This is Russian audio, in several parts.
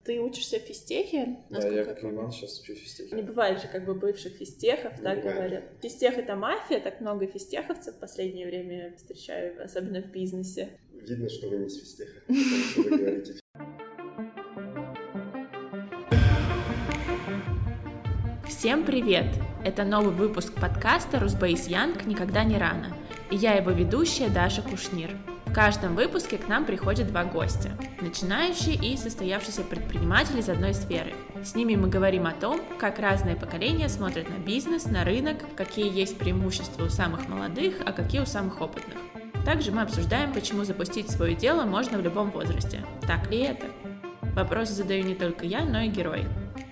ты учишься в физтехе? Да, я как Иван сейчас учусь в физтехе. Не бывает же как бы бывших физтехов, так говорят. Физтех — это мафия, так много физтеховцев в последнее время встречаю, особенно в бизнесе. Видно, что вы не с физтеха, потому что вы говорите. Всем привет! Это новый выпуск подкаста «Rusbase Young. Никогда не рано». И я его ведущая Даша Кушнир. В каждом выпуске к нам приходят два гостя – начинающие и состоявшиеся предприниматели из одной сферы. С ними мы говорим о том, как разные поколения смотрят на бизнес, на рынок, какие есть преимущества у самых молодых, а какие у самых опытных. Также мы обсуждаем, почему запустить свое дело можно в любом возрасте. Так ли это? Вопросы задаю не только я, но и герои.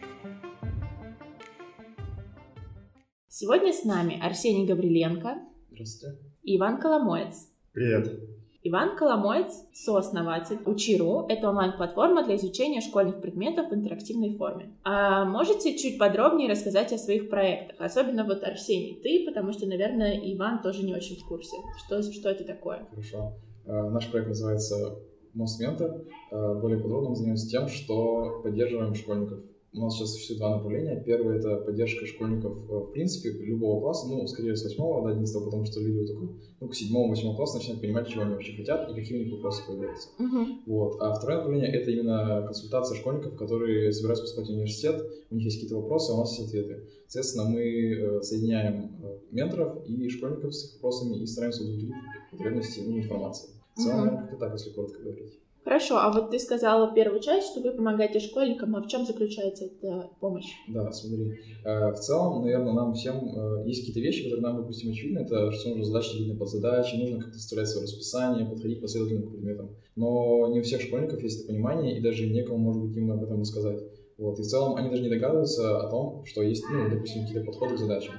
Сегодня с нами Арсений Гавриленко. Здравствуйте. И Иван Коломоец. Привет. Иван Коломоец – сооснователь Учи.ру. Это онлайн-платформа для изучения школьных предметов в интерактивной форме. А можете чуть подробнее рассказать о своих проектах? Особенно вот, Арсений, ты, потому что, наверное, Иван тоже не очень в курсе. Что это такое? Хорошо. Наш проект называется Most Mentor. Более подробно мы занимаемся тем, что поддерживаем школьников. У нас сейчас существует два направления. Первое – это поддержка школьников, в принципе, любого класса, скорее с 8 до 11, потому что люди только к 7-8 классу начинают понимать, чего они вообще хотят и какие у них вопросы появляются. Вот. А второе направление – это именно консультация школьников, которые собираются поступать в университет, у них есть какие-то вопросы, а у нас есть ответы. Соответственно, мы соединяем менторов и школьников с их вопросами и стараемся удовлетворить потребности информации. В целом, наверное, как-то так, если коротко говорить. Хорошо, а вот ты сказала первую часть, что вы помогаете школьникам, а в чем заключается эта помощь? Да, смотри, в целом, наверное, нам всем есть какие-то вещи, которые нам, допустим, очевидны, это что нужно задачи делить на подзадачи, нужно как-то составлять свое расписание, подходить последовательно к предметам. Но не у всех школьников есть это понимание, и даже некому, может быть, им об этом рассказать. Вот. И в целом они даже не догадываются о том, что есть, допустим, какие-то подходы к задачам.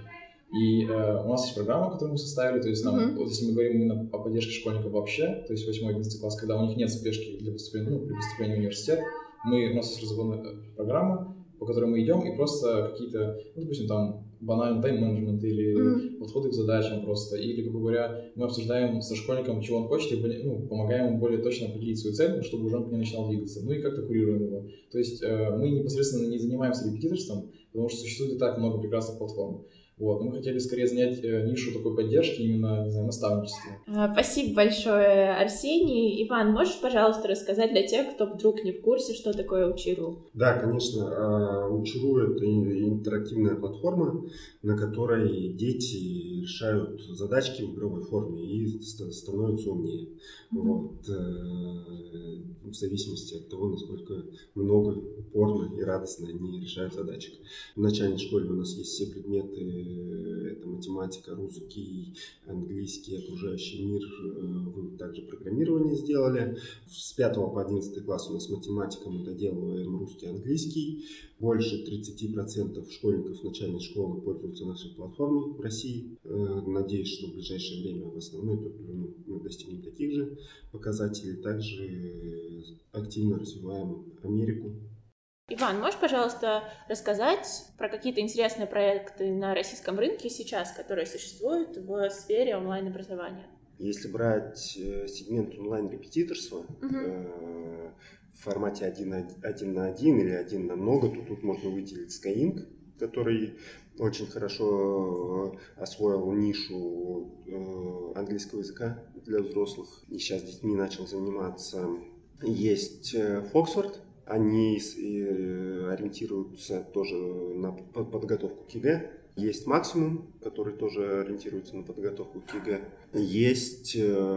И у нас есть программа, которую мы составили, то есть там, вот если мы говорим именно о поддержке школьников вообще, то есть 8-11 класс, когда у них нет спешки для поступления, при поступлении в университет, у нас есть разработанная программа, по которой мы идем, и просто какие-то, допустим, там банальный тайм-менеджмент или подходы к задачам просто, или, грубо говоря, мы обсуждаем со школьником, чего он хочет, и помогаем ему более точно определить свою цель, чтобы уже он не начинал двигаться, и как-то курируем его. То есть мы непосредственно не занимаемся репетиторством, потому что существует и так много прекрасных платформ. Вот, мы хотели скорее занять нишу такой поддержки, именно, не знаю, наставничества. Спасибо большое, Арсений. Иван, можешь, пожалуйста, рассказать для тех, кто вдруг не в курсе, что такое Учи.ру? Да, конечно. Учи.ру — это интерактивная платформа, на которой дети решают задачки в игровой форме и становятся умнее. Вот. В зависимости от того, насколько много, упорно и радостно они решают задачек. В начальной школе у нас есть все предметы. Это математика, русский, английский, окружающий мир, вы также программирование сделали. С 5 по 11 класс у нас математика, мы доделываем русский, английский. Больше 30% школьников начальной школы пользуются нашей платформой в России. Надеюсь, что в ближайшее время в основной мы достигнем таких же показателей. Также активно развиваем Америку. Иван, можешь, пожалуйста, рассказать про какие-то интересные проекты на российском рынке сейчас, которые существуют в сфере онлайн-образования? Если брать сегмент онлайн-репетиторства в формате 1 на 1 или 1 на много, то тут можно выделить Skyeng, который очень хорошо освоил нишу английского языка для взрослых и сейчас детьми начал заниматься. Есть Foxford. Они ориентируются тоже на подготовку к ЕГЭ. Есть Максимум, который тоже ориентируется на подготовку к ЕГЭ. Есть,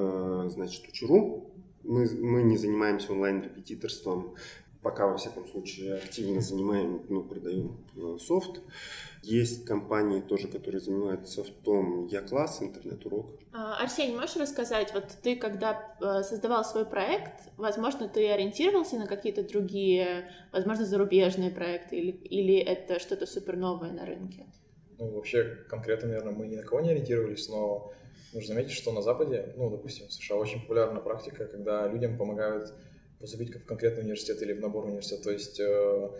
Учи.ру. Мы не занимаемся онлайн-репетиторством. Пока, во всяком случае, активно продаем софт. Есть компании тоже, которые занимаются софтом Я-класс, интернет-урок. Арсений, можешь рассказать, вот ты, когда создавал свой проект, возможно, ты ориентировался на какие-то другие, возможно, зарубежные проекты, или это что-то супер новое на рынке? Вообще, конкретно, наверное, мы ни на кого не ориентировались, но нужно заметить, что на Западе, допустим, в США очень популярна практика, когда людям помогают поступить в конкретный университет или в набор университета. То есть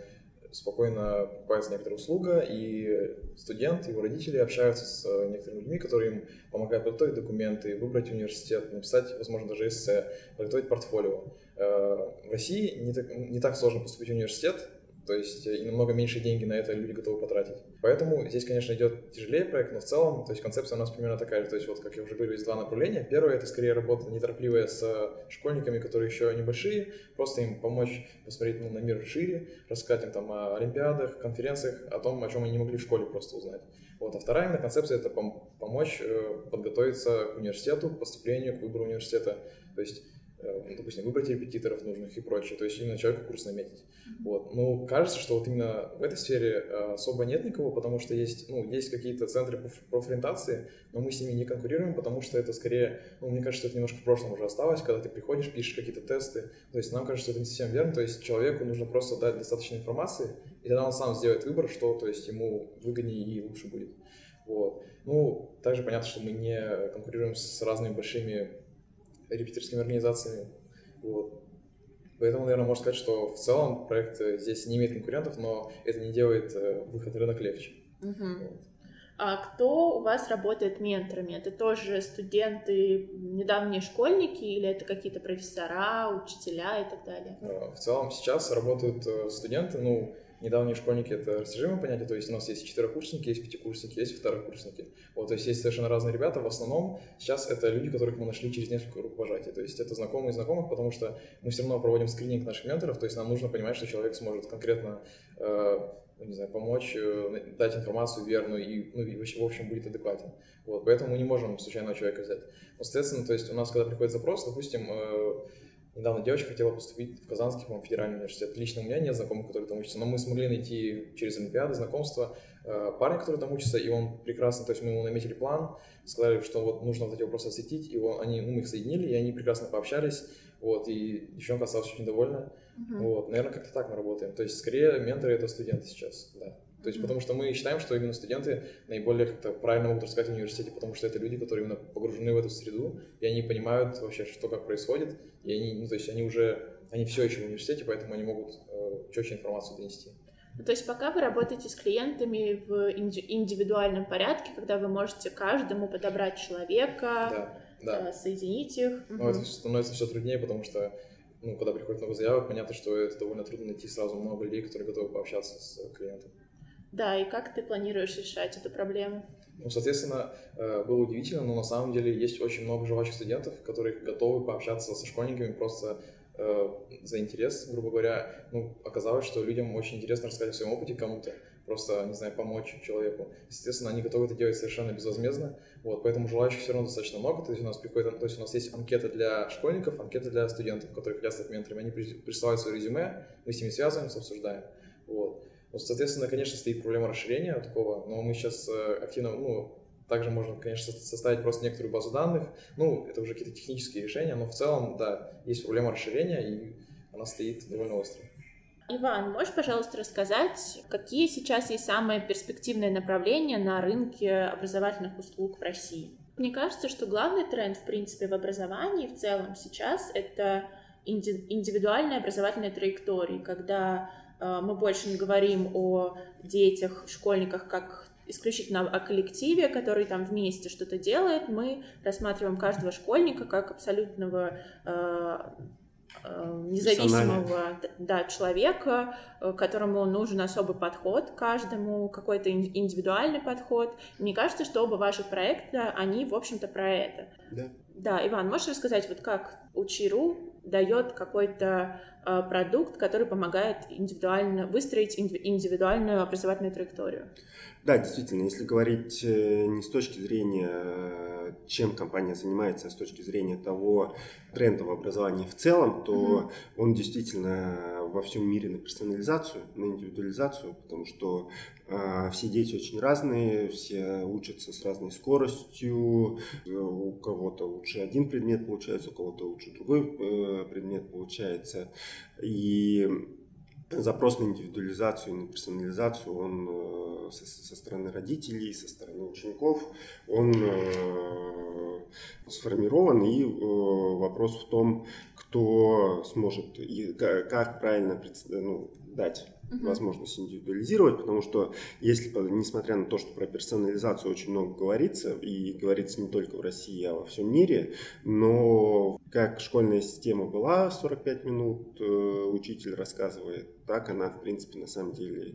спокойно покупается некоторая услуга, и студент, его родители общаются с некоторыми людьми, которые им помогают подготовить документы, выбрать университет, написать, возможно, даже эссе, подготовить портфолио. В России не так сложно поступить в университет, то есть и намного меньше деньги на это люди готовы потратить. Поэтому здесь, конечно, идет тяжелее проект, но в целом, то есть концепция у нас примерно такая же. То есть вот, как я уже говорил, есть два направления. Первое — это скорее работа неторопливая с школьниками, которые еще небольшие, просто им помочь посмотреть на мир шире, рассказать им там о олимпиадах, конференциях, о том, о чем они не могли в школе просто узнать. Вот. А вторая именно концепция — это помочь подготовиться к университету, к поступлению, к выбору университета. То есть, допустим, выбрать репетиторов нужных и прочее, то есть именно человеку курс наметить. Вот. Ну, кажется, что вот именно в этой сфере особо нет никого, потому что есть какие-то центры профориентации, но мы с ними не конкурируем, потому что это скорее, мне кажется, это немножко в прошлом уже осталось, когда ты приходишь, пишешь какие-то тесты, то есть нам кажется, что это не совсем верно, то есть человеку нужно просто дать достаточно информации, и тогда он сам сделает выбор, что, то есть ему выгоднее и лучше будет. Вот. Ну, также понятно, что мы не конкурируем с разными большими репетиторскими организациями. Вот. Поэтому, наверное, можно сказать, что в целом проект здесь не имеет конкурентов, но это не делает выход в рынок легче. Вот. А кто у вас работает менторами? Это тоже студенты, недавние школьники, или это какие-то профессора, учителя и так далее? В целом сейчас работают студенты, недавние школьники — это растяжимое понятие, то есть у нас есть четверокурсники, есть пятикурсники, есть второкурсники. Вот, то есть есть совершенно разные ребята, в основном сейчас это люди, которых мы нашли через несколько рукопожатий, то есть это знакомые знакомых, потому что мы все равно проводим скрининг наших менторов, то есть нам нужно понимать, что человек сможет конкретно помочь, дать информацию верную и в общем будет адекватен. Вот, поэтому мы не можем случайного человека взять. Но, соответственно, то есть у нас, когда приходит запрос, допустим, недавно девочка хотела поступить в Казанский, по-моему, федеральный университет. Лично у меня нет знакомых, которые там учатся, но мы смогли найти через олимпиады, знакомства парня, который там учится, и он прекрасно, то есть мы ему наметили план, сказали, что вот нужно вот эти вопросы осветить, и мы их соединили, и они прекрасно пообщались, вот, и девчонка осталась очень довольна. Вот, наверное, как-то так мы работаем. То есть, скорее, менторы — это студенты сейчас, да. То есть, потому что мы считаем, что именно студенты наиболее как-то правильно могут рассказать в университете, потому что это люди, которые именно погружены в эту среду, и они понимают вообще, что как происходит, и они все еще в университете, поэтому они могут четче информацию донести. То есть пока вы работаете с клиентами в индивидуальном порядке, когда вы можете каждому подобрать человека, соединить их. Но это становится все труднее, потому что когда приходит много заявок, понятно, что это довольно трудно найти сразу много людей, которые готовы пообщаться с клиентом. Да, и как ты планируешь решать эту проблему? Соответственно, было удивительно, но на самом деле есть очень много желающих студентов, которые готовы пообщаться со школьниками просто за интерес, грубо говоря. Оказалось, что людям очень интересно рассказать о своем опыте кому-то, просто, не знаю, помочь человеку. Естественно, они готовы это делать совершенно безвозмездно, вот, поэтому желающих все равно достаточно много. То есть у нас есть анкеты для школьников, анкеты для студентов, которые хотят стать менторами. Они присылают свое резюме, мы с ними связываемся, обсуждаем. Вот. Соответственно, конечно, стоит проблема расширения такого, но мы сейчас активно, также можно, конечно, составить просто некоторую базу данных, это уже какие-то технические решения, но в целом, да, есть проблема расширения, и она стоит довольно остро. Иван, можешь, пожалуйста, рассказать, какие сейчас есть самые перспективные направления на рынке образовательных услуг в России? Мне кажется, что главный тренд, в принципе, в образовании в целом сейчас — это индивидуальные образовательные траектории, когда мы больше не говорим о детях, школьниках как исключительно о коллективе, который там вместе что-то делает. Мы рассматриваем каждого школьника как абсолютного независимого человека, которому нужен особый подход каждому, какой-то индивидуальный подход. Мне кажется, что оба ваших проекта, они, в общем-то, про это. Да, Иван, можешь рассказать, вот как Учи.ру дает какой-то продукт, который помогает выстроить индивидуальную образовательную траекторию? Да, действительно, если говорить не с точки зрения, чем компания занимается, а с точки зрения того тренда в образовании в целом, то он действительно во всем мире на персонализацию, на индивидуализацию, потому что все дети очень разные, все учатся с разной скоростью, у кого-то лучше один предмет получается, у кого-то лучше другой предмет получается, и запрос на индивидуализацию, на персонализацию, он со стороны родителей, со стороны учеников, он сформирован, и вопрос в том, кто сможет и как правильно дать возможность индивидуализировать, потому что если, несмотря на то, что про персонализацию очень много говорится, и говорится не только в России, а во всем мире, но как школьная система была 45 минут, учитель рассказывает, так она, в принципе, на самом деле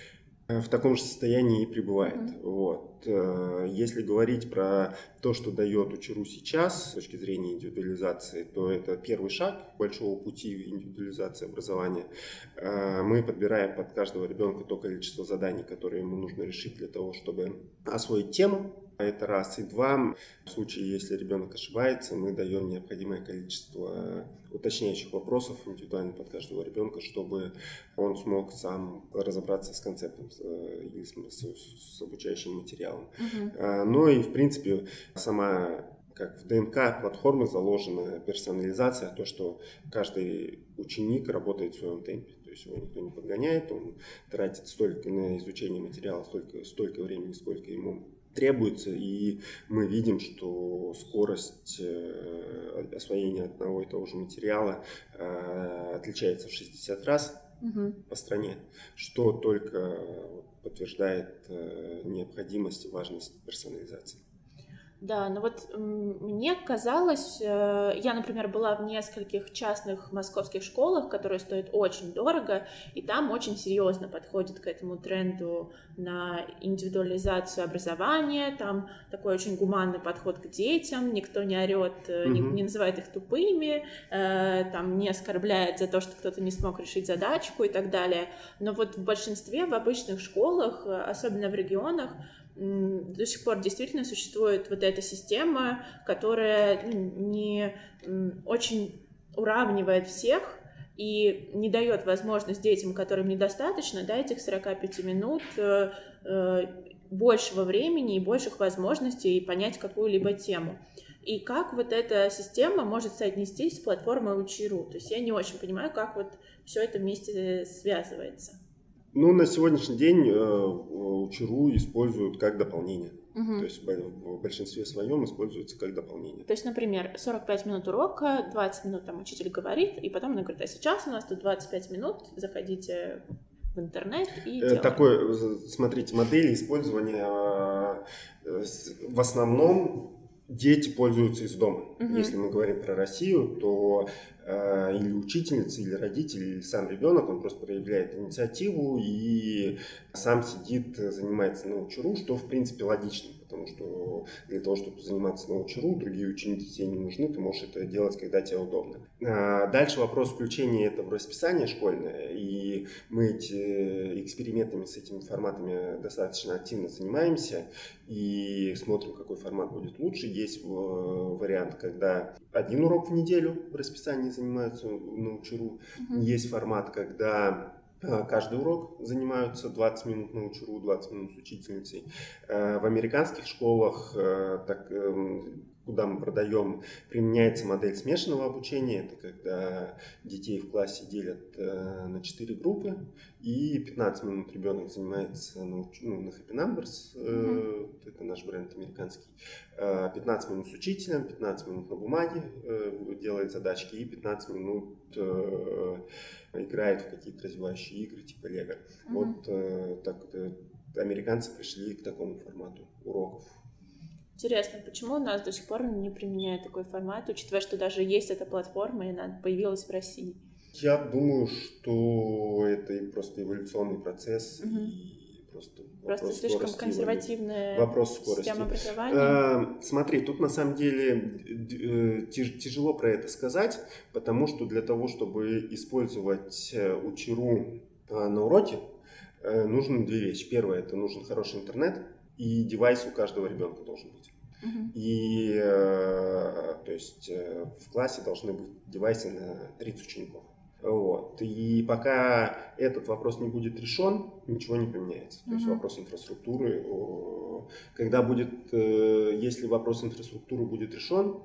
в таком же состоянии и пребывает. Вот. Если говорить про то, что дает УЧРУ сейчас с точки зрения индивидуализации, то это первый шаг большого пути в индивидуализации образования. Мы подбираем под каждого ребенка то количество заданий, которые ему нужно решить для того, чтобы освоить тему. Это раз. И два, в случае, если ребенок ошибается, мы даем необходимое количество уточняющих вопросов индивидуально под каждого ребенка, чтобы он смог сам разобраться с концептом или с обучающим материалом. Ну и, в принципе, сама, как в ДНК платформы заложена персонализация, то, что каждый ученик работает в своем темпе. То есть его никто не подгоняет, он тратит столько на изучение материала, столько времени, сколько ему требуется, и мы видим, что скорость освоения одного и того же материала отличается в 60 раз по стране, что только подтверждает необходимость и важность персонализации. Да, ну вот мне казалось, я, например, была в нескольких частных московских школах, которые стоят очень дорого, и там очень серьезно подходят к этому тренду на индивидуализацию образования, там такой очень гуманный подход к детям, никто не орет, не называет их тупыми, там не оскорбляет за то, что кто-то не смог решить задачку и так далее. Но вот в большинстве, в обычных школах, особенно в регионах, до сих пор действительно существует вот эта система, которая не очень уравнивает всех и не дает возможность детям, которым недостаточно, да, этих 45 минут, большего времени и больших возможностей понять какую-либо тему. И как вот эта система может соотнестись с платформой УЧРУ? То есть я не очень понимаю, как вот все это вместе связывается. Ну, на сегодняшний день УЧРУ используют как дополнение. То есть в большинстве своем используется как дополнение. То есть, например, 45 минут урока, 20 минут там учитель говорит, и потом он говорит, а сейчас у нас тут 25 минут, заходите в интернет и делаем. Такое, смотрите, модели использования в основном дети пользуются из дома. Если мы говорим про Россию, то или учительница, или родитель, или сам ребенок, он просто проявляет инициативу и сам сидит, занимается на УЧРУ, что в принципе логично, потому что для того, чтобы заниматься на УЧРУ, другие ученики тебе не нужны, ты можешь это делать, когда тебе удобно. Дальше вопрос включения этого в расписание школьное, и мы экспериментами с этими форматами достаточно активно занимаемся и смотрим, какой формат будет лучше. Есть вариант, когда один урок в неделю в расписании занимаются на УЧРУ. Есть формат, когда каждый урок занимаются 20 минут на УЧРУ, 20 минут с учительницей. В американских школах, куда мы продаем, применяется модель смешанного обучения. Это когда детей в классе делят на 4 группы, и 15 минут ребенок занимается на Happy Numbers, это наш бренд американский, 15 минут с учителем, 15 минут на бумаге делает задачки, и 15 минут играет в какие-то развивающие игры типа Лего. Вот так американцы пришли к такому формату уроков. Интересно, почему у нас до сих пор не применяют такой формат, учитывая, что даже есть эта платформа, и она появилась в России? Я думаю, что это просто эволюционный процесс, и просто слишком консервативная система образования. Смотри, тут на самом деле тяжело про это сказать, потому что для того, чтобы использовать УЧРУ на уроке, нужны две вещи. Первое, это нужен хороший интернет, и девайс у каждого ребенка должен быть. И то есть в классе должны быть девайсы на 30 учеников. Вот. И пока этот вопрос не будет решен, ничего не поменяется. То есть вопрос инфраструктуры, если вопрос инфраструктуры будет решен,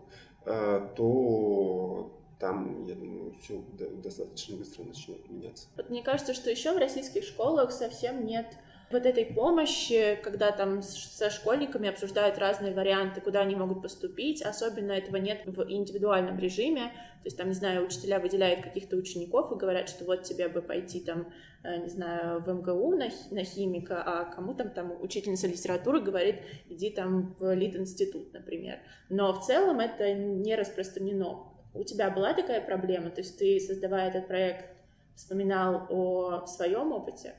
то там, я думаю, все достаточно быстро начнет меняться. Вот мне кажется, что еще в российских школах совсем нет вот этой помощи, когда там со школьниками обсуждают разные варианты, куда они могут поступить, особенно этого нет в индивидуальном режиме, то есть там, не знаю, учителя выделяют каких-то учеников и говорят, что вот тебе бы пойти там, не знаю, в МГУ на химика, а кому там учительница литературы говорит, иди там в Литинститут, например. Но в целом это не распространено. У тебя была такая проблема? То есть ты, создавая этот проект, вспоминал о своем опыте?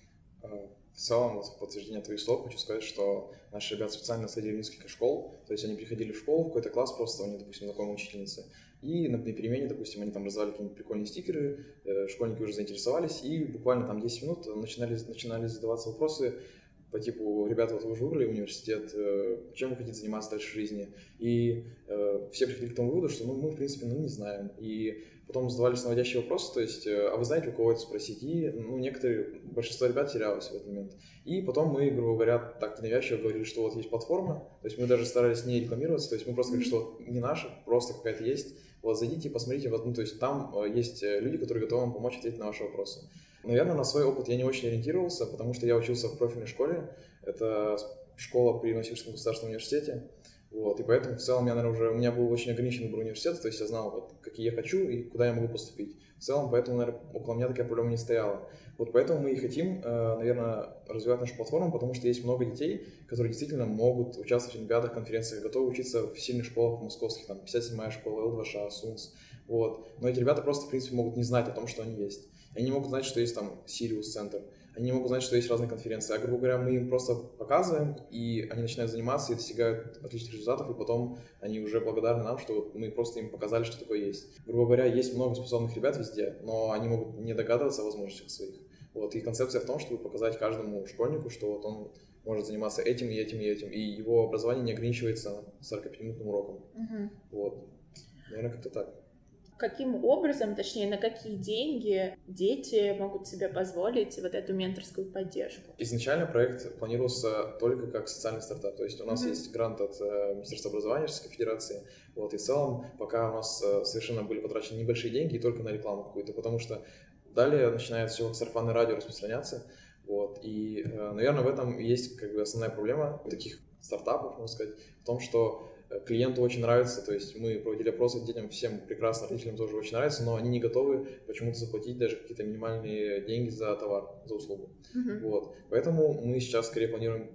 В целом, в подтверждение твоих слов хочу сказать, что наши ребята специально сходили в несколько школ, то есть они приходили в школу, в какой-то класс просто, они, допустим, знакомые учительницы, и на перемене, допустим, они там раздавали какие-нибудь прикольные стикеры, школьники уже заинтересовались, и буквально там 10 минут начинали задаваться вопросы по типу: ребята, вот вы уже выбрали университет, чем вы хотите заниматься дальше в жизни? И все приходили к тому выводу, что мы, в принципе, не знаем. И потом задавались наводящие вопросы, то есть: а вы знаете, у кого это спросить? И большинство ребят терялось в этот момент. И потом мы, грубо говоря, так ненавязчиво говорили, что вот есть платформа, то есть мы даже старались не рекламироваться, то есть мы просто говорили, что вот не наша, просто какая-то есть, вот зайдите и посмотрите, то есть там есть люди, которые готовы вам помочь ответить на ваши вопросы. Наверное, на свой опыт я не очень ориентировался, потому что я учился в профильной школе, это школа при Новосибирском государственном университете. Вот, и поэтому в целом у меня был очень ограниченный выбор университета, то есть я знал, вот, какие я хочу и куда я могу поступить. В целом, поэтому, наверное, около меня такая проблема не стояла. Вот поэтому мы и хотим, наверное, развивать нашу платформу, потому что есть много детей, которые действительно могут участвовать в олимпиадах, конференциях, готовы учиться в сильных школах московских, там, 57-я школа, Л2Ш, СУНС. Вот. Но эти ребята просто, в принципе, могут не знать о том, что они есть. Они не могут знать, что есть там Сириус-центр. Они не могут знать, что есть разные конференции. А, грубо говоря, мы им просто показываем, и они начинают заниматься и достигают отличных результатов, и потом они уже благодарны нам, что мы просто им показали, что такое есть. Грубо говоря, есть много способных ребят везде, но они могут не догадываться о возможностях своих. Вот. И концепция в том, чтобы показать каждому школьнику, что вот он может заниматься этим и этим и этим, и его образование не ограничивается 45-минутным уроком. Вот. Наверное, как-то так. Каким образом, точнее, на какие деньги дети могут себе позволить вот эту менторскую поддержку? Изначально проект планировался только как социальный стартап, то есть у нас есть грант от Министерства образования Российской Федерации, вот, и в целом пока у нас совершенно были потрачены небольшие деньги и только на рекламу какую-то, потому что далее начинает все как сарафанное радио распространяться, вот, и, наверное, в этом есть как бы основная проблема таких стартапов, можно сказать, в том, что клиенту очень нравится, то есть мы проводили опросы детям, всем прекрасно, родителям тоже очень нравится, но они не готовы почему-то заплатить даже какие-то минимальные деньги за товар, за услугу. Вот. Поэтому мы сейчас скорее планируем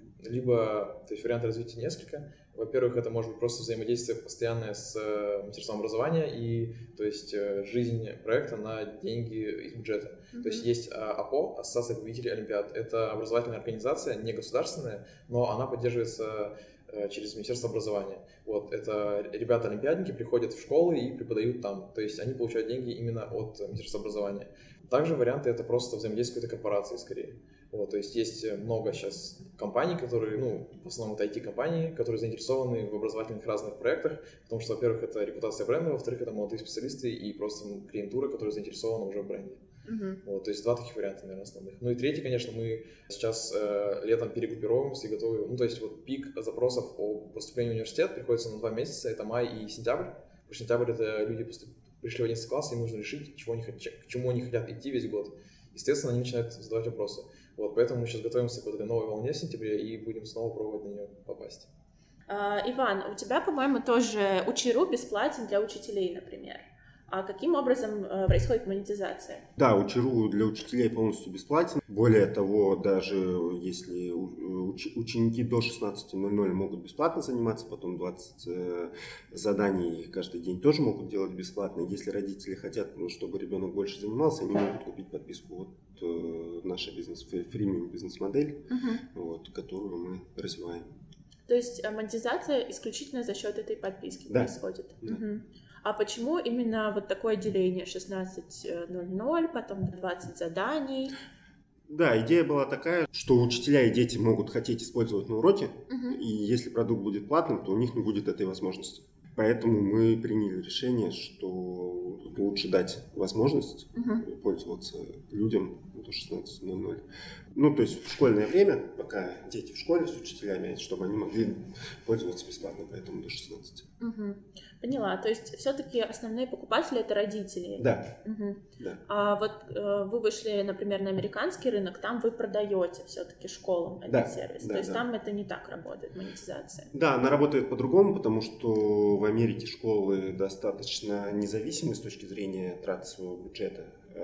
либо, то есть варианты развития несколько. Во-первых, это может быть просто взаимодействие постоянное с Министерством образования и, то есть, жизнь проекта на деньги из бюджета. То есть есть АПО, Ассоциация победителей Олимпиад. Это образовательная организация, не государственная, но она поддерживается через Министерство образования. Вот, это ребята-олимпиадники приходят в школы и преподают там, то есть они получают деньги именно от Министерства образования. Также варианты — это просто взаимодействие с какой-то корпорацией скорее. Вот, то есть есть много сейчас компаний, которые, в основном это IT-компании, которые заинтересованы в образовательных разных проектах, потому что, во-первых, это репутация бренда, во-вторых, это молодые специалисты и просто клиентура, которая заинтересована уже в бренде. Вот, то есть два таких варианта, наверное, основных. Ну и третий, конечно, мы сейчас летом перегруппировываемся и готовы, то есть вот пик запросов о поступлении в университет приходится на 2 месяца, это май и сентябрь. Потому что сентябрь — это люди пришли в 11 класс, им нужно решить, к чему они хотят идти весь год. Естественно, они начинают задавать вопросы. Вот, поэтому мы сейчас готовимся к этой новой волне в сентябре и будем снова пробовать на нее попасть. Иван, у тебя, по-моему, тоже Учи.ру бесплатен для учителей, например. А каким образом происходит монетизация? Да, Учи.ру для учителей полностью бесплатен. Более того, даже если ученики до 16:00 могут бесплатно заниматься, потом 20 заданий каждый день тоже могут делать бесплатно. Если родители хотят, чтобы ребенок больше занимался, они могут купить подписку. Вот наша фримиум бизнес-модель, которую мы развиваем. То есть монетизация исключительно за счет этой подписки происходит? Да. А почему именно вот такое деление 16:00, потом 20 заданий? Да, идея была такая, что учителя и дети могут хотеть использовать на уроке, и если продукт будет платным, то у них не будет этой возможности. Поэтому мы приняли решение, что лучше дать возможность пользоваться людям до 16:00. Ну, то есть в школьное время, пока дети в школе с учителями, чтобы они могли пользоваться бесплатно, поэтому до 16. Угу. Поняла. То есть все-таки основные покупатели — это родители? Да. Угу. Да. А вот вы вышли, например, на американский рынок, там вы продаете все-таки школам этот сервис. То есть там это не так работает, монетизация? Да, она работает по-другому, потому что в Америке школы достаточно независимы с точки зрения траты своего бюджета.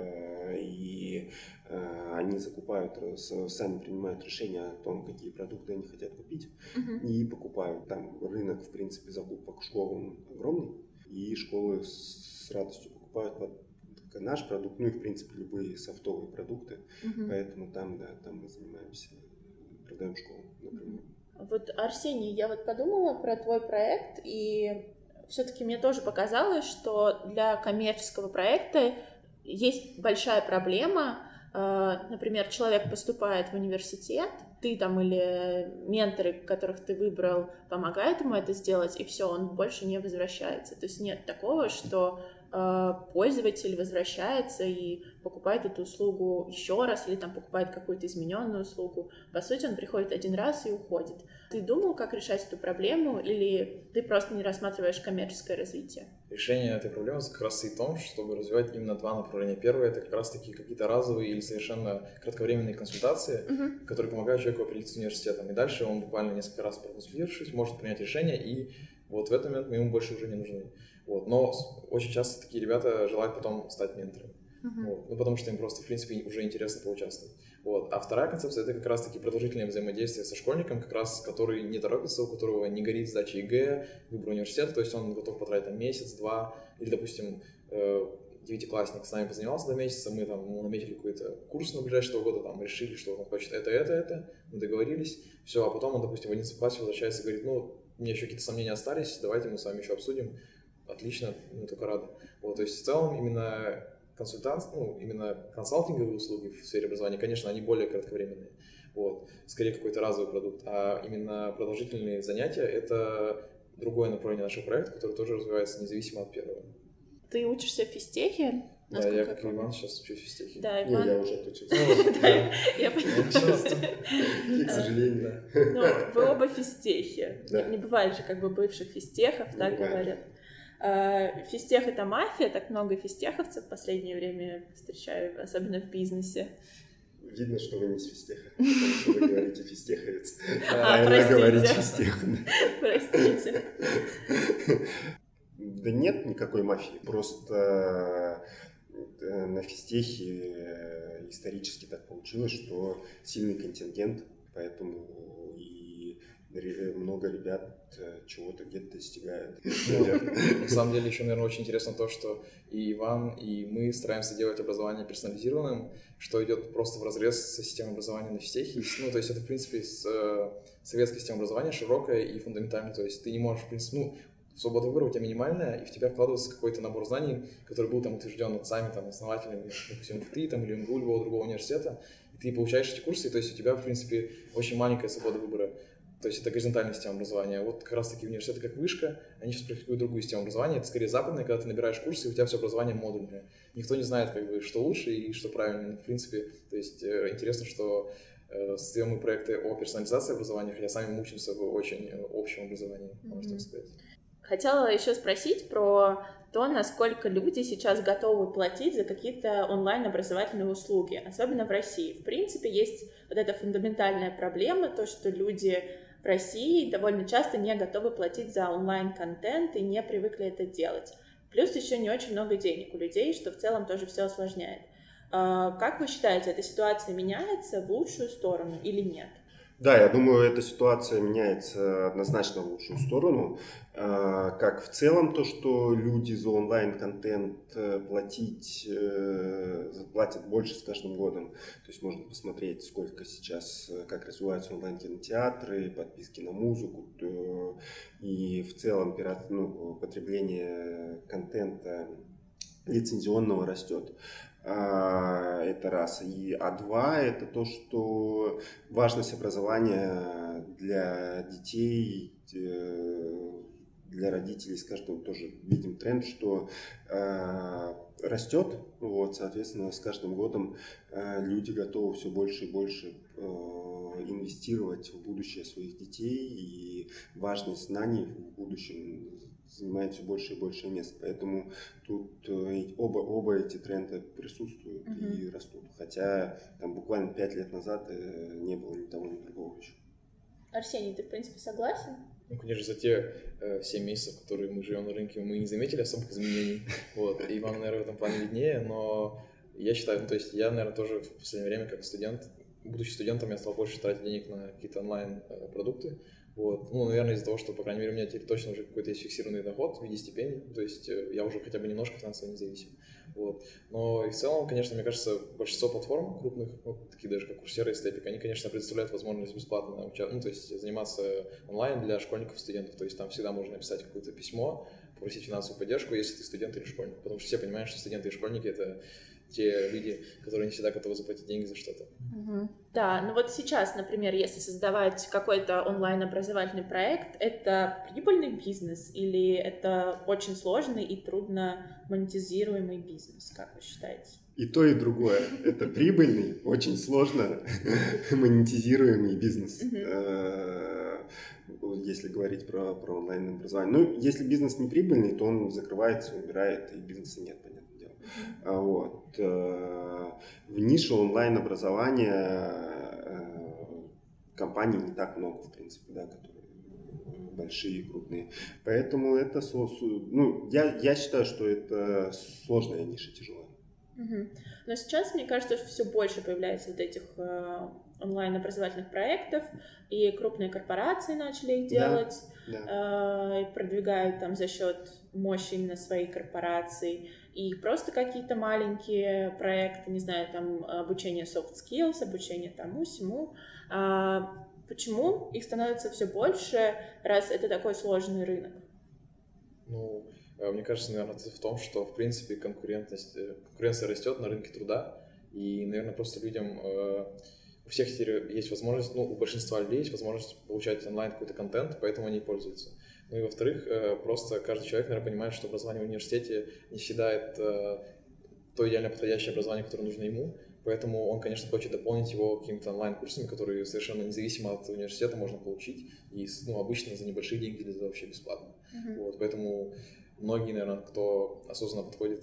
И они закупают, сами принимают решение о том, какие продукты они хотят купить, и покупают. Там рынок, в принципе, закупок школам огромный, и школы с радостью покупают наш продукт, ну и, в принципе, любые софтовые продукты. Поэтому там мы занимаемся, продаем школу, например. Вот, Арсений, я вот подумала про твой проект, и все-таки мне тоже показалось, что для коммерческого проекта есть большая проблема. Например, человек поступает в университет, ты там или менторы, которых ты выбрал, помогают ему это сделать, и все, он больше не возвращается. То есть нет такого, что пользователь возвращается и покупает эту услугу еще раз, или там покупает какую-то измененную услугу. По сути, он приходит один раз и уходит. Ты думал, как решать эту проблему, или ты просто не рассматриваешь коммерческое развитие? Решение этой проблемы как раз и в том, чтобы развивать именно два направления. Первое — это как раз-таки какие-то разовые или совершенно кратковременные консультации, которые помогают человеку определиться с университетом. И дальше он буквально несколько раз проконсультировавшись, может принять решение, и вот в этот момент мы ему больше уже не нужны. Вот. Но очень часто такие ребята желают потом стать менторами. Вот. Ну, потому что им просто, в принципе, уже интересно поучаствовать. Вот. А вторая концепция — это как раз-таки продолжительное взаимодействие со школьником, как раз который не торопится, у которого не горит сдача ЕГЭ, выбор университета, то есть он готов потратить там месяц-два, или, допустим, девятиклассник с нами позанимался 2 месяца, мы там наметили какой-то курс на ближайшие 2 года, там решили, что он хочет это, мы договорились, все, а потом он, допустим, в 11 классе возвращается и говорит, ну, у меня еще какие-то сомнения остались, давайте мы с вами еще обсудим. Отлично, мы только рады. Вот, то есть в целом именно именно консалтинговые услуги в сфере образования, конечно, они более кратковременные. Вот, скорее какой-то разовый продукт. А именно продолжительные занятия — это другое направление нашего проекта, которое тоже развивается независимо от первого. Ты учишься в физтехе? Да, я, как и Иван, сейчас учусь в физтехе. Да, Иван... Я уже отучился. Я понимаю. К сожалению. Ну, вы оба физтехи. Не бывает же как бы бывших физтехов, так говорят. Физтех — это мафия, так много физтеховцев в последнее время встречаю, особенно в бизнесе. Видно, что вы не с физтеха, потому что вы говорите физтеховец, простите. вы говорите физтех. Простите. Да нет никакой мафии, просто на физтехе исторически так получилось, что сильный контингент, поэтому и много ребят чего-то где-то достигают. На самом деле еще, наверное, очень интересно то, что и Иван, и мы стараемся делать образование персонализированным, что идет просто вразрез со системой образования на физтехе. Ну, то есть это, в принципе, советская система образования широкая и фундаментальная. То есть ты не можешь, в принципе, свобода выбора у тебя минимальная, и в тебя вкладывается какой-то набор знаний, который был там утвержден отцами, там, основателями, допустим, МФТИ там, или МГУ, любого другого университета, и ты получаешь эти курсы, то есть у тебя, в принципе, очень маленькая свобода выбора. То есть это горизонтальная система образования. Вот как раз таки университеты, как Вышка, они сейчас практикуют другую систему образования. Это скорее западная, когда ты набираешь курсы, и у тебя все образование модульное. Никто не знает, как бы, что лучше и что правильно. В принципе, то есть интересно, что создаем мы проекты о персонализации образования, хотя сами мы учимся в очень общем образовании, можно так сказать. Хотела еще спросить про то, насколько люди сейчас готовы платить за какие-то онлайн-образовательные услуги, особенно в России. В принципе, есть вот эта фундаментальная проблема, то, что люди в России довольно часто не готовы платить за онлайн-контент и не привыкли это делать. Плюс еще не очень много денег у людей, что в целом тоже все осложняет. Как вы считаете, эта ситуация меняется в лучшую сторону или нет? Да, я думаю, эта ситуация меняется однозначно в лучшую сторону. Как в целом то, что люди за онлайн-контент платят больше с каждым годом. То есть можно посмотреть, сколько сейчас, как развиваются онлайн-кинотеатры, подписки на музыку. И в целом потребление контента лицензионного растет. Это раз. А два, это то, что важность образования для детей, для родителей, скажем, тоже видим тренд, что растет, вот, соответственно, с каждым годом люди готовы все больше и больше инвестировать в будущее своих детей, и важность знаний в будущем занимает все больше и больше мест. Поэтому тут оба эти тренда присутствуют и растут. Хотя там буквально 5 лет назад не было ни того, ни другого еще. Арсений, ты в принципе согласен? Ну, конечно, за те 7 месяцев, которые мы живем на рынке, мы не заметили особых изменений. Вот. И вам, наверное, в этом плане виднее, но я считаю, ну, то есть я, наверное, тоже в последнее время как студент, будучи студентом, я стал больше тратить денег на какие-то онлайн-продукты. Вот. Ну, наверное, из-за того, что, по крайней мере, у меня теперь точно уже какой-то есть фиксированный доход в виде стипендий, то есть я уже хотя бы немножко финансово независим. Вот. Но и в целом, конечно, мне кажется, большинство платформ крупных, ну, такие даже как Coursera и Stepik, они, конечно, предоставляют возможность бесплатно ну, то есть заниматься онлайн для школьников и студентов. То есть там всегда можно написать какое-то письмо, попросить финансовую поддержку, если ты студент или школьник. Потому что все понимают, что студенты и школьники — это те люди, которые не всегда готовы заплатить деньги за что-то. Да, ну вот сейчас, например, если создавать какой-то онлайн-образовательный проект, это прибыльный бизнес или это очень сложный и трудно монетизируемый бизнес, как вы считаете? И то, и другое. Это прибыльный, очень сложно монетизируемый бизнес, если говорить про онлайн-образование. Ну, если бизнес не прибыльный, то он закрывается, умирает, и бизнеса нет, понятное дело. Вот. В нише онлайн-образования компаний не так много, в принципе, да, которые большие, крупные. Поэтому это, ну, я считаю, что это сложная ниша, тяжелая. Но сейчас, мне кажется, что все больше появляется вот этих онлайн-образовательных проектов, и крупные корпорации начали их делать, и продвигают там за счет мощи именно своей корпорации, и просто какие-то маленькие проекты, не знаю, там обучение soft skills, обучение тому-сему. Почему их становится все больше, раз это такой сложный рынок? Ну, мне кажется, наверное, это в том, что, в принципе, конкуренция растет на рынке труда, и, наверное, просто людям, у всех теперь есть возможность, ну, у большинства людей есть возможность получать онлайн какой-то контент, поэтому они пользуются. Ну и, во-вторых, просто каждый человек, наверное, понимает, что образование в университете не всегда это то идеально подходящее образование, которое нужно ему, поэтому он, конечно, хочет дополнить его какими-то онлайн-курсами, которые совершенно независимо от университета можно получить, и, ну, обычно за небольшие деньги или вообще бесплатно. Вот, поэтому многие, наверное, кто осознанно подходит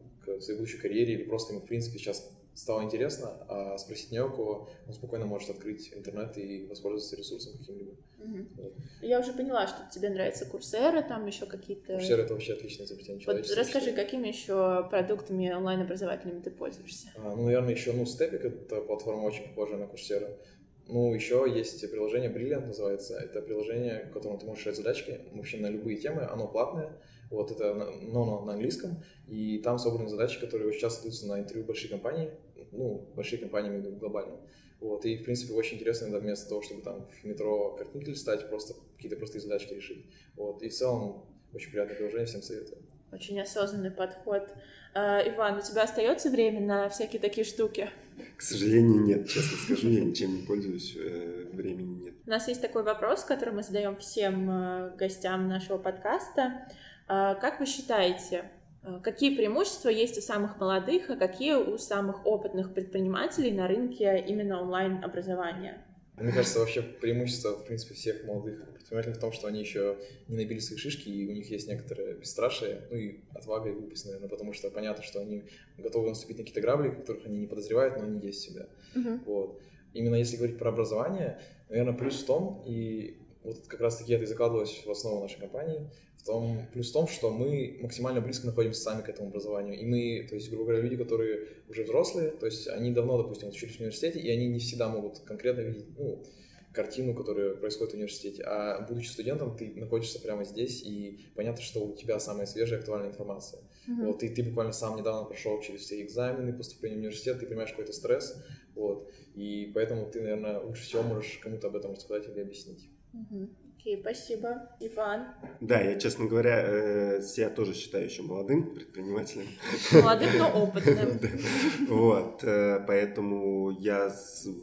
к своей будущей карьере или просто ему, в принципе, сейчас стало интересно, а спросить не у кого, он спокойно может открыть интернет и воспользоваться ресурсом каким-либо. Вот. Я уже поняла, что тебе нравится Coursera, там еще какие-то... Coursera — это вообще отличное изобретение человечества. Вот расскажи, какими еще продуктами онлайн-образовательными ты пользуешься? Ну, наверное, еще, Stepik — это платформа очень похожая на Coursera. Ну, еще есть приложение Brilliant, называется. Это приложение, в котором ты можешь решать задачки вообще на любые темы. Оно платное. Вот это на английском. И там собраны задачи, которые очень часто даются на интервью больших компаний. Ну, большие компании, имею в виду, глобально. Вот. И, в принципе, очень интересно иногда вместо того, чтобы там в метро картинки листать, просто какие-то простые задачки решить. Вот. И в целом очень приятное приложение, всем советую. Очень осознанный подход. Иван, у тебя остается время на всякие такие штуки? К сожалению, нет, честно скажу, я ничем не пользуюсь, времени нет. У нас есть такой вопрос, который мы задаем всем гостям нашего подкаста. Как вы считаете, какие преимущества есть у самых молодых, а какие у самых опытных предпринимателей на рынке именно онлайн-образования? Мне кажется, вообще преимущество, в принципе, всех молодых предпринимателей в том, что они еще не набили свои шишки, и у них есть некоторое бесстрашие, ну и отвага и глупость, наверное, потому что понятно, что они готовы наступить на какие-то грабли, которых они не подозревают, но они есть всегда. Вот. Именно если говорить про образование, наверное, плюс в том, и вот как раз-таки это и закладывалось в основу нашей компании, плюс в том, что мы максимально близко находимся сами к этому образованию. И мы, то есть, грубо говоря, люди, которые уже взрослые, то есть они давно, допустим, учились в университете, и они не всегда могут конкретно видеть, ну, картину, которая происходит в университете. А будучи студентом, ты находишься прямо здесь, и понятно, что у тебя самая свежая, актуальная информация. Вот, и ты буквально сам недавно прошел через все экзамены, поступление в университет, ты понимаешь какой-то стресс, вот, и поэтому ты, наверное, лучше всего можешь кому-то об этом рассказать или объяснить. Окей, спасибо. Иван? Да, я, честно говоря, себя тоже считаю еще молодым предпринимателем. Молодым, но опытным. Вот, поэтому я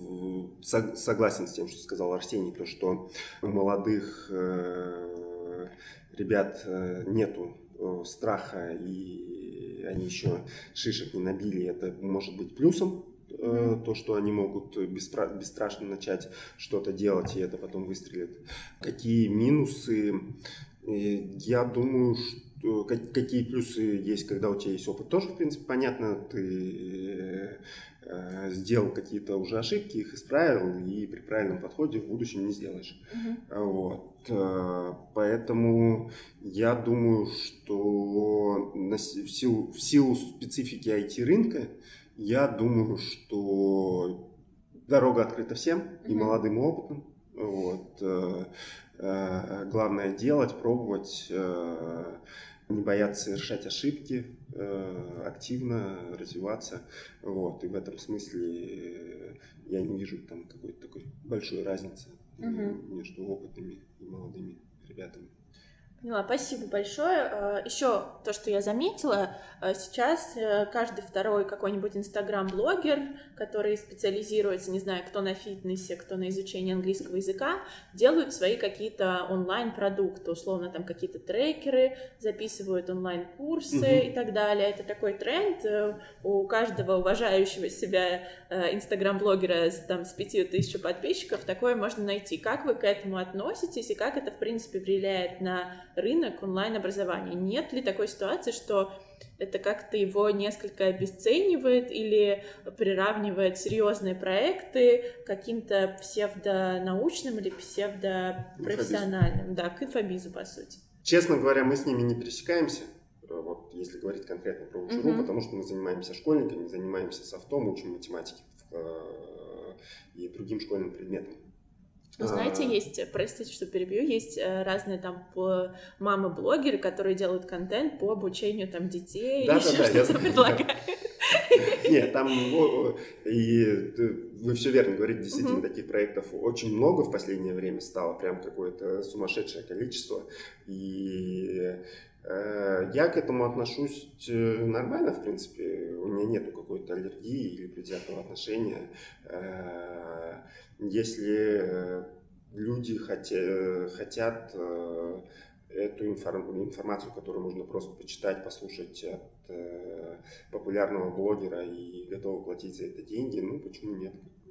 согласен с тем, что сказал Арсений, то, что у молодых ребят нету страха и они еще шишек не набили, это может быть плюсом. То, что они могут бесстрашно начать что-то делать, и это потом выстрелит. Какие минусы? Я думаю, что какие плюсы есть, когда у тебя есть опыт, тоже, в принципе, понятно. Ты сделал какие-то уже ошибки, их исправил, и при правильном подходе в будущем не сделаешь. Вот. Поэтому я думаю, что в силу специфики IT-рынка, я думаю, что дорога открыта всем, и молодым, и опытным. Вот. Главное делать, пробовать, не бояться совершать ошибки, активно развиваться. Вот. И в этом смысле я не вижу там какой-то такой большой разницы между опытными и молодыми ребятами. Поняла, спасибо большое. Еще то, что я заметила, сейчас каждый второй какой-нибудь инстаграм-блогер, который специализируется, не знаю, кто на фитнесе, кто на изучении английского языка, делают свои какие-то онлайн-продукты, условно там какие-то трекеры, записывают онлайн-курсы и так далее. Это такой тренд. У каждого уважающего себя инстаграм-блогера с 5000 подписчиков такое можно найти. Как вы к этому относитесь и как это, в принципе, влияет на рынок онлайн-образования? Нет ли такой ситуации, что это как-то его несколько обесценивает или приравнивает серьезные проекты к каким-то псевдонаучным или псевдопрофессиональным, к инфобизу, по сути? Честно говоря, мы с ними не пересекаемся, вот, если говорить конкретно про учебу, потому что мы занимаемся школьниками, занимаемся софтом, учим математике и другим школьным предметам. Вы знаете, есть, простите, что перебью, есть разные там мамы-блогеры, которые делают контент по обучению там детей, что-то предлагают. Нет, там, и вы все верно говорите, действительно, таких проектов очень много в последнее время стало, прям какое-то сумасшедшее количество, и я к этому отношусь нормально, в принципе, у меня нету какой-то аллергии или предвзятого отношения. Если люди хотят эту информацию, которую можно просто почитать, послушать от популярного блогера и готовы платить за это деньги, ну почему нет?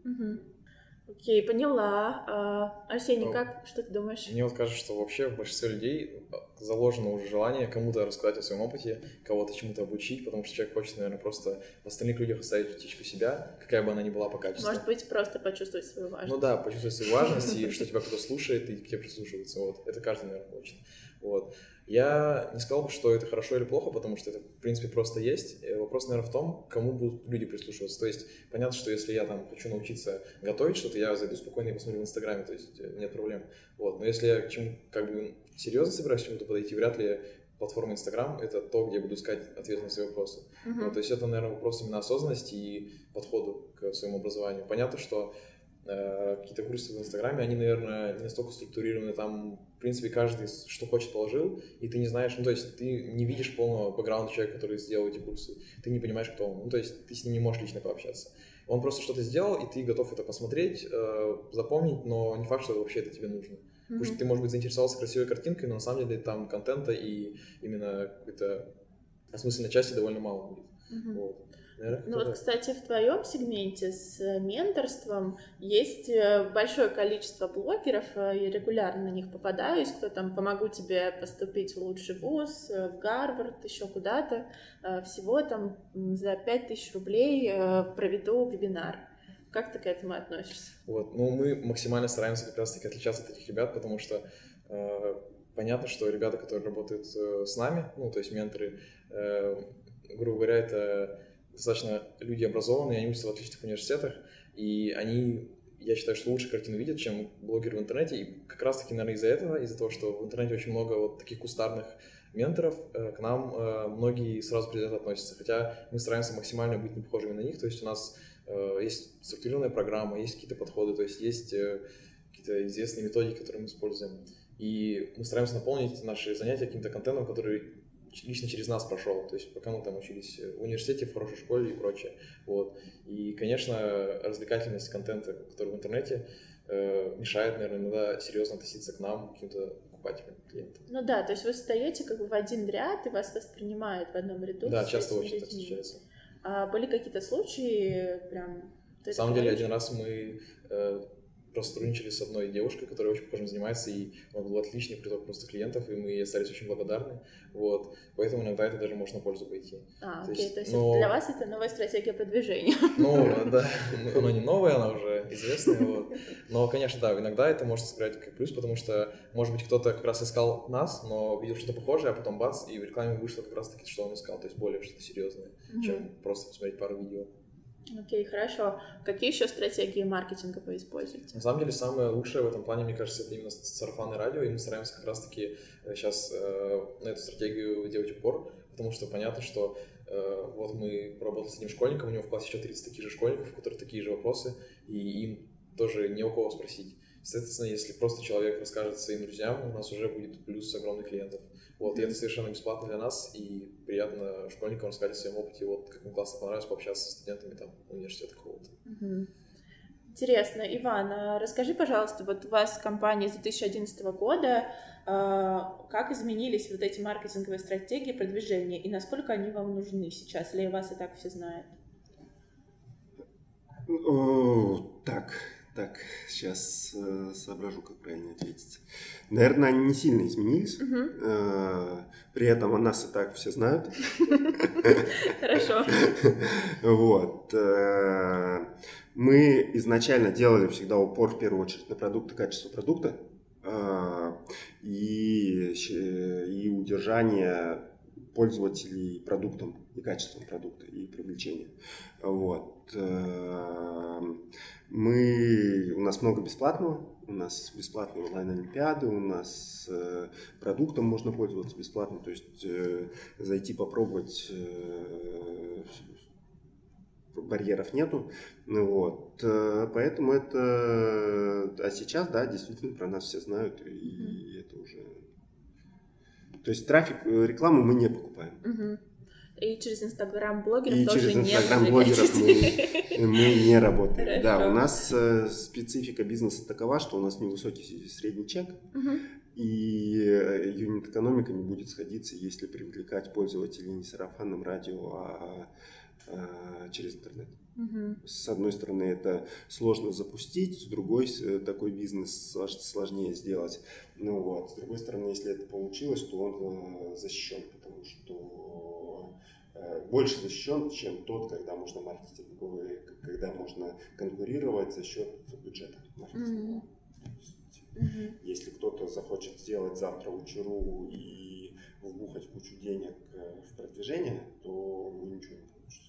Окей, поняла. Арсений, что ты думаешь? Мне вот кажется, что вообще в большинстве людей заложено уже желание кому-то рассказать о своем опыте, кого-то чему-то обучить, потому что человек хочет, наверное, просто в остальных людях оставить частичку себя, какая бы она ни была по качеству. Может быть, просто почувствовать свою важность. Ну да, почувствовать свою важность, и что тебя кто-то слушает, и к тебе прислушивается. Вот. Это каждый, наверное, хочет. Вот. Я не сказал бы, что это хорошо или плохо, потому что это, в принципе, просто есть. Вопрос, наверное, в том, кому будут люди прислушиваться. То есть, понятно, что если я там хочу научиться готовить что-то, я зайду спокойно и посмотрю в Инстаграме, то есть нет проблем. Вот. Но если я серьезно собираюсь к чему-то подойти, вряд ли платформа Инстаграм — это то, где я буду искать ответы на свои вопросы. Вот. То есть это, наверное, вопрос именно осознанности и подходу к своему образованию. Понятно, что какие-то курсы в Инстаграме, они, наверное, не настолько структурированы, там, в принципе, каждый что хочет положил, и ты не знаешь, ну, то есть ты не видишь полного бэкграунда человека, который сделал эти курсы, ты не понимаешь, кто он, ну, то есть ты с ним не можешь лично пообщаться. Он просто что-то сделал, и ты готов это посмотреть, запомнить, но не факт, что вообще это тебе нужно. Потому что ты, может быть, заинтересовался красивой картинкой, но на самом деле там контента и именно какой-то осмысленной части довольно мало будет. Вот. Ну вот, кстати, в твоем сегменте с менторством есть большое количество блогеров, я регулярно на них попадаюсь, кто там «помогу тебе поступить в лучший вуз», в Гарвард, еще куда-то, всего там за 5000 рублей проведу вебинар. Как ты к этому относишься? Вот, ну мы максимально стараемся как раз-таки отличаться от этих ребят, потому что понятно, что ребята, которые работают с нами, ну то есть менторы, грубо говоря, это достаточно люди образованные, они учатся в отличных университетах, и они, я считаю, что лучше картину видят, чем блогеры в интернете, и как раз-таки, наверное, из-за этого, из-за того, что в интернете очень много вот таких кустарных менторов, к нам многие сразу предвзято относятся, хотя мы стараемся максимально быть не похожими на них, то есть у нас есть структурированная программа, есть какие-то подходы, то есть есть какие-то известные методики, которые мы используем, и мы стараемся наполнить наши занятия каким-то контентом, который лично через нас прошел, то есть пока мы там учились в университете, в хорошей школе и прочее. Вот. И, конечно, развлекательность контента, который в интернете, мешает, наверное, иногда серьезно относиться к нам, к каким-то покупателям, клиентам. Ну да, то есть вы встаете как бы в один ряд, и вас воспринимают в одном ряду. Да, часто очень так встречается. А были какие-то случаи прям... На самом деле, один раз мы просто сотрудничали с одной девушкой, которая очень похожим занимается, и он был отличный приток просто клиентов, и мы ей остались очень благодарны, вот, поэтому иногда это даже может на пользу пойти. Окей, то есть для вас это новая стратегия продвижения. Ну, да, она не новая, она уже известная, вот, но, конечно, да, иногда это может сыграть как плюс, потому что, может быть, кто-то как раз искал нас, но видел что-то похожее, а потом бац, и в рекламе вышло как раз-таки, что он искал, то есть более что-то серьезное, чем просто посмотреть пару видео. Окей, хорошо. Какие еще стратегии маркетинга вы используете? На самом деле, самое лучшее в этом плане, мне кажется, это именно сарафанное радио, и мы стараемся как раз-таки сейчас на эту стратегию делать упор, потому что понятно, что вот мы поработали с одним школьником, у него в классе еще 30 таких же школьников, у которых такие же вопросы, и им тоже не у кого спросить. Соответственно, если просто человек расскажет своим друзьям, у нас уже будет плюс огромных клиентов. Вот, и это совершенно бесплатно для нас, и приятно школьникам рассказать о своем опыте, вот, как им классно понравилось пообщаться со студентами там университета какого-то. Интересно. Иван, а расскажи, пожалуйста, вот у вас компания с 2011 года, как изменились вот эти маркетинговые стратегии продвижения, и насколько они вам нужны сейчас, или вас и так все знают? Так, сейчас соображу, как правильно ответить. Наверное, они не сильно изменились. При этом о нас и так все знают. Хорошо. Вот. Мы изначально делали всегда упор в первую очередь на продукты, качество продукта и удержание пользователей продуктом и качеством продукта и привлечение. Вот. У нас много бесплатного, у нас бесплатные онлайн-олимпиады, у нас продуктом можно пользоваться бесплатно, то есть зайти попробовать, барьеров нету. Вот. Поэтому это... А сейчас, да, действительно про нас все знают, и это уже... То есть трафик, рекламу мы не покупаем. И через Инстаграм-блогеров и тоже через не Инстаграм-блогеров мы не работаем. Хорошо. Да, у нас специфика бизнеса такова, что у нас невысокий средний чек, и юнит-экономика не будет сходиться, если привлекать пользователей не сарафанным радио, а через интернет. С одной стороны, это сложно запустить, с другой, такой бизнес сложнее сделать. Ну, вот. С другой стороны, если это получилось, то он защищен, потому что больше защищен, чем тот, когда можно маркетинговый, когда можно конкурировать за счет бюджета маркетингового. Если кто-то захочет сделать завтра учеру и вбухать кучу денег в продвижение, то ничего не получится.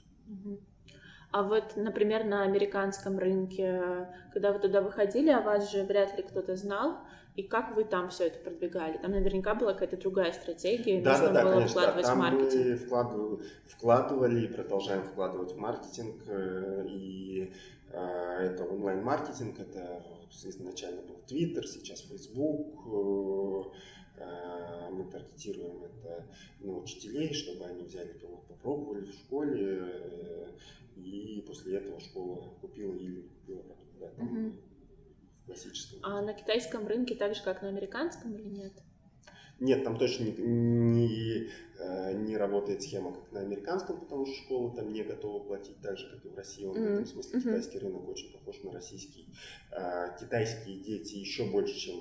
А вот, например, на американском рынке, когда вы туда выходили, о вас же вряд ли кто-то знал, и как вы там все это продвигали? Там наверняка была какая-то другая стратегия, нужно было конечно, вкладывать в маркетинг. Мы вкладывали и продолжаем вкладывать в маркетинг, и это онлайн-маркетинг, это изначально был Twitter, сейчас Facebook. Мы таргетируем это на учителей, чтобы они взяли пилот, попробовали в школе, и после этого школа купила или не купила продукт. Да, там классическом. А на китайском рынке так же, как на американском, или нет? Нет, там точно не работает схема, как на американском, потому что школы там не готовы платить так же, как и в России. В этом смысле китайский рынок очень похож на российский. Китайские дети еще больше, чем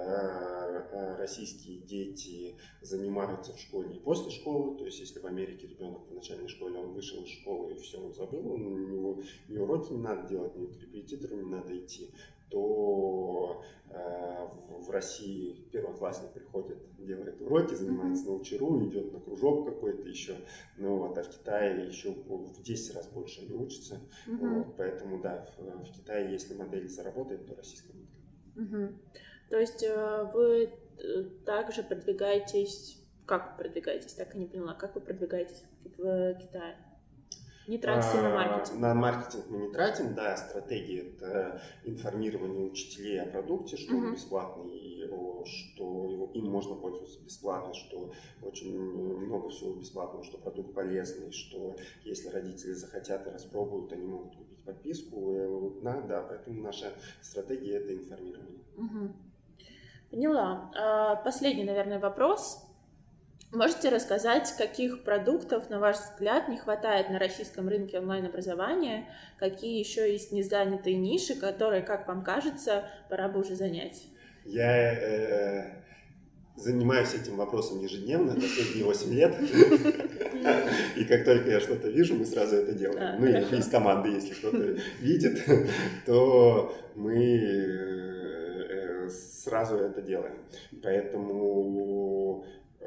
российские дети, занимаются в школе и после школы. То есть, если в Америке ребенок в начальной школе, он вышел из школы и все, он забыл, у него ни уроки не надо делать, ни к репетитору не надо идти, то в России первоклассник приходит, делает уроки, занимается на учеру, идет на кружок какой-то еще, ну вот, а в Китае еще в 10 раз больше они учатся, вот, поэтому да, в Китае, если модель заработает, то российская модель. То есть вы также продвигаетесь, как вы продвигаетесь, так и не поняла, как вы продвигаетесь в Китае? Не тратите на маркетинг? На маркетинг мы не тратим, да, стратегия — это информирование учителей о продукте, что он бесплатный, и что им можно пользоваться бесплатно, что очень много всего бесплатного, что продукт полезный, что если родители захотят и распробуют, они могут купить подписку. Да, поэтому наша стратегия — это информирование. Поняла. Последний, наверное, вопрос. Можете рассказать, каких продуктов, на ваш взгляд, не хватает на российском рынке онлайн-образования? Какие еще есть незанятые ниши, которые, как вам кажется, пора бы уже занять? Я занимаюсь этим вопросом ежедневно, последние 8 лет. И как только я что-то вижу, мы сразу это делаем. Ну, и из команды, если кто-то видит, то мы сразу это делаем. Поэтому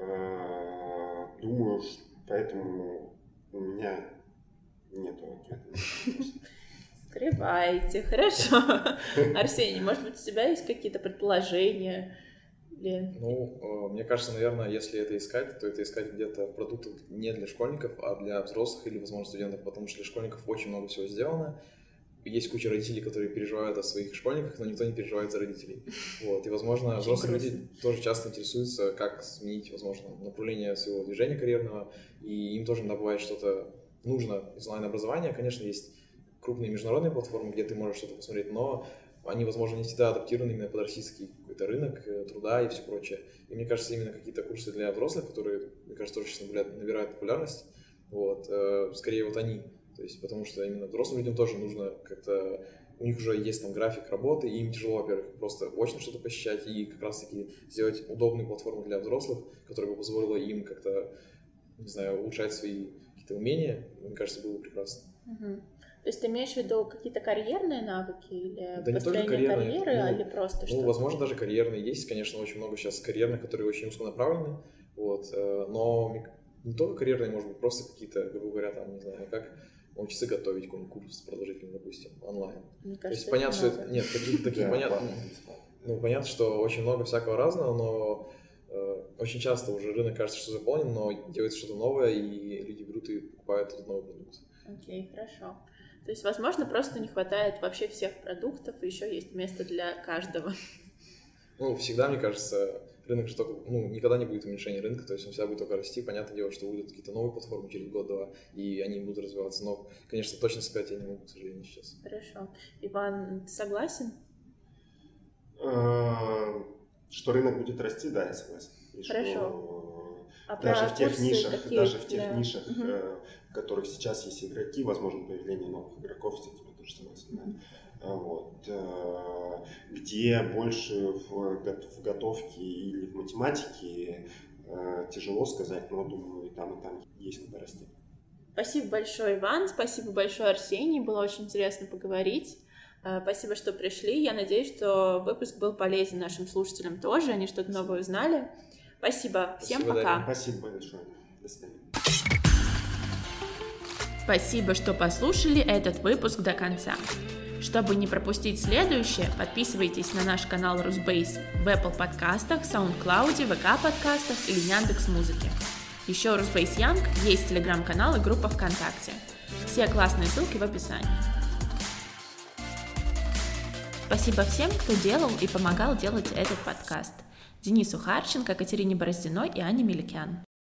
думаю, поэтому у меня нет ответа. Скрывайте, хорошо. Арсений, может быть, у тебя есть какие-то предположения? Ну, мне кажется, наверное, если это искать, то это искать где-то в продуктах не для школьников, а для взрослых или, возможно, студентов, потому что для школьников очень много всего сделано. Есть куча родителей, которые переживают о своих школьниках, но никто не переживает за родителей. Вот. И, возможно, взрослые люди тоже часто интересуются, как сменить, возможно, направление своего движения карьерного, и им тоже иногда бывает что-то нужно из онлайн-образования. Конечно, есть крупные международные платформы, где ты можешь что-то посмотреть, но они, возможно, не всегда адаптированы именно под российский какой-то рынок труда и все прочее. И мне кажется, именно какие-то курсы для взрослых, которые, мне кажется, тоже сейчас набирают популярность, вот, скорее вот они. То есть, потому что именно взрослым людям тоже нужно как-то, у них уже есть там график работы, и им тяжело, во-первых, просто очно что-то посещать, и как раз-таки сделать удобную платформу для взрослых, которая бы позволила им как-то, не знаю, улучшать свои какие-то умения, мне кажется, было бы прекрасно. То есть ты имеешь в виду какие-то карьерные навыки или да построение карьеры, или просто что-то? Ну, возможно, даже карьерные. Есть, конечно, очень много сейчас карьерных, которые очень узконаправлены, вот, но не только карьерные, может быть, просто какие-то, грубо говоря, там, не знаю, как научиться готовить какой-нибудь курс продолжительный, допустим, онлайн. Мне кажется, то есть понятно, что это... Нет, такие понятно. Ну, понятно, что очень много всякого разного, но очень часто уже рынок кажется, что заполнен, но делается что-то новое, и люди берут и покупают этот новый продукт. Окей, хорошо. То есть, возможно, просто не хватает вообще всех продуктов, и еще есть место для каждого. Ну, всегда, мне кажется, рынок же только, никогда не будет уменьшения рынка, то есть он всегда будет только расти. Понятное дело, что выйдут какие-то новые платформы через год-два, и они будут развиваться. Но, конечно, точно сказать я не могу, к сожалению, сейчас. Хорошо. Иван, ты согласен? Что рынок будет расти, да, я согласен. И хорошо. Даже в тех нишах, в которых сейчас есть игроки, возможно, появление новых игроков, с этим я тоже согласен. Вот. Где больше в готовке или в математике, тяжело сказать, но, думаю, и там есть куда расти. Спасибо большое, Иван, спасибо большое, Арсений, было очень интересно поговорить. Спасибо, что пришли. Я надеюсь, что выпуск был полезен нашим слушателям тоже, они что-то новое узнали. Спасибо. Всем пока. Дарья. Спасибо большое. До свидания. Спасибо, что послушали этот выпуск до конца. Чтобы не пропустить следующее, подписывайтесь на наш канал Rusbase в Apple подкастах, SoundCloud, VK подкастах или Яндекс.Музыке. Еще у Rusbase Young есть телеграм-канал и группа ВКонтакте. Все классные ссылки в описании. Спасибо всем, кто делал и помогал делать этот подкаст. Денису Харченко, Катерине Бороздиной и Ане Меликян.